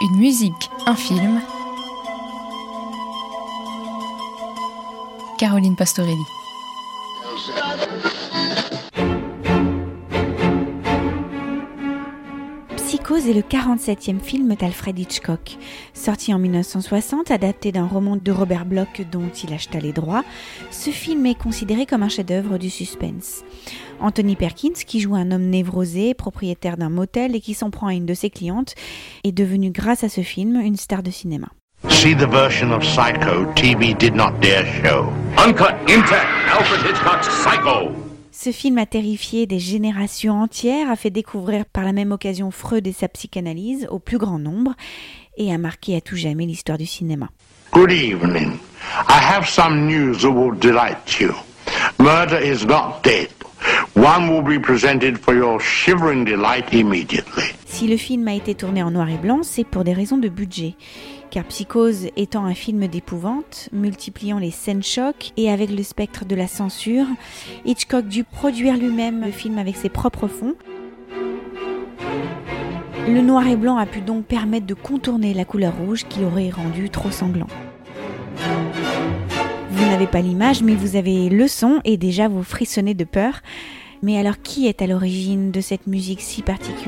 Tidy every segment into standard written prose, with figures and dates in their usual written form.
Une musique, un film. Caroline Pastorelli. Psychose est le 47e film d'Alfred Hitchcock. Sorti en 1960, adapté d'un roman de Robert Bloch dont il acheta les droits, ce film est considéré comme un chef-d'œuvre du suspense. Anthony Perkins, qui joue un homme névrosé, propriétaire d'un motel et qui s'en prend à une de ses clientes, est devenu grâce à ce film une star de cinéma. See the version of Psycho TV did not dare show. Uncut, intact, Alfred Hitchcock's Psycho. Ce film a terrifié des générations entières, a fait découvrir par la même occasion Freud et sa psychanalyse au plus grand nombre et a marqué à tout jamais l'histoire du cinéma. Good evening. I have some news that will delight you. Murder is not dead. One will be presented for your shivering delight immediately. Si le film a été tourné en noir et blanc, c'est pour des raisons de budget. Car Psychose étant un film d'épouvante, multipliant les scènes chocs et avec le spectre de la censure, Hitchcock dut produire lui-même le film avec ses propres fonds. Le noir et blanc a pu donc permettre de contourner la couleur rouge qui l'aurait rendu trop sanglant. Vous n'avez pas l'image, mais vous avez le son et déjà vous frissonnez de peur. Mais alors, qui est à l'origine de cette musique si particulière ?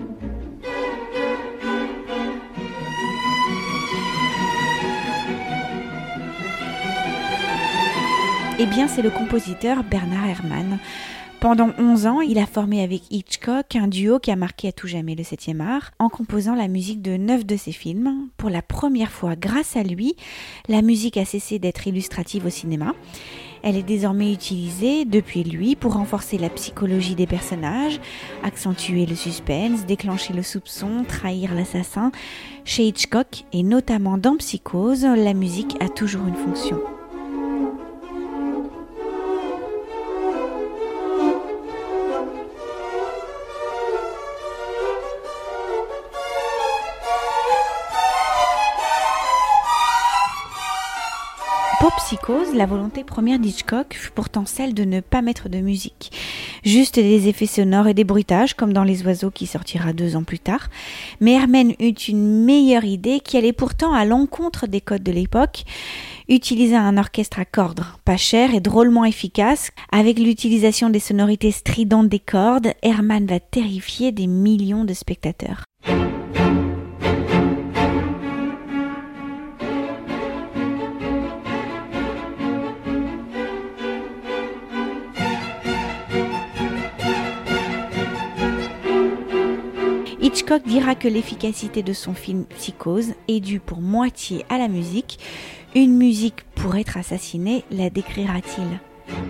Eh bien, c'est le compositeur Bernard Herrmann. Pendant 11 ans, il a formé avec Hitchcock un duo qui a marqué à tout jamais le 7e art, en composant la musique de 9 de ses films. Pour la première fois, grâce à lui, la musique a cessé d'être illustrative au cinéma. Elle est désormais utilisée, depuis lui, pour renforcer la psychologie des personnages, accentuer le suspense, déclencher le soupçon, trahir l'assassin. Chez Hitchcock, et notamment dans Psychose, la musique a toujours une fonction. Pour Psychose, la volonté première d'Hitchcock fut pourtant celle de ne pas mettre de musique. Juste des effets sonores et des bruitages, comme dans Les Oiseaux qui sortira 2 ans plus tard. Mais Herrmann eut une meilleure idée qui allait pourtant à l'encontre des codes de l'époque. Utiliser un orchestre à cordes, pas cher et drôlement efficace. Avec l'utilisation des sonorités stridentes des cordes, Herrmann va terrifier des millions de spectateurs. Hitchcock dira que l'efficacité de son film Psychose est due pour moitié à la musique. Une musique pour être assassinée, la décrira-t-il ?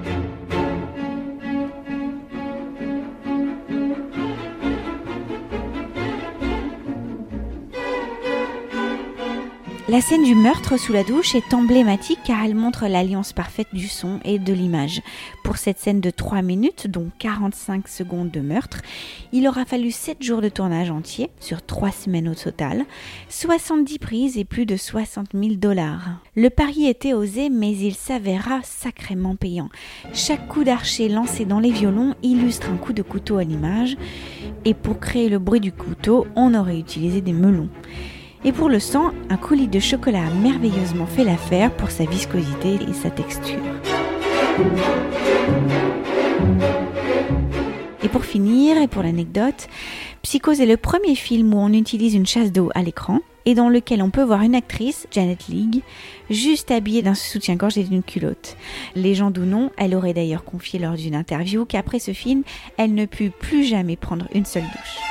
La scène du meurtre sous la douche est emblématique car elle montre l'alliance parfaite du son et de l'image. Pour cette scène de 3 minutes, dont 45 secondes de meurtre, il aura fallu 7 jours de tournage entier, sur 3 semaines au total, 70 prises et plus de $60,000. Le pari était osé, mais il s'avéra sacrément payant. Chaque coup d'archet lancé dans les violons illustre un coup de couteau à l'image, et pour créer le bruit du couteau, on aurait utilisé des melons. Et pour le sang, un coulis de chocolat a merveilleusement fait l'affaire pour sa viscosité et sa texture. Et pour finir, et pour l'anecdote, Psychose est le premier film où on utilise une chasse d'eau à l'écran et dans lequel on peut voir une actrice, Janet Leigh, juste habillée d'un soutien-gorge et d'une culotte. Légende ou non, elle aurait d'ailleurs confié lors d'une interview qu'après ce film, elle ne put plus jamais prendre une seule douche.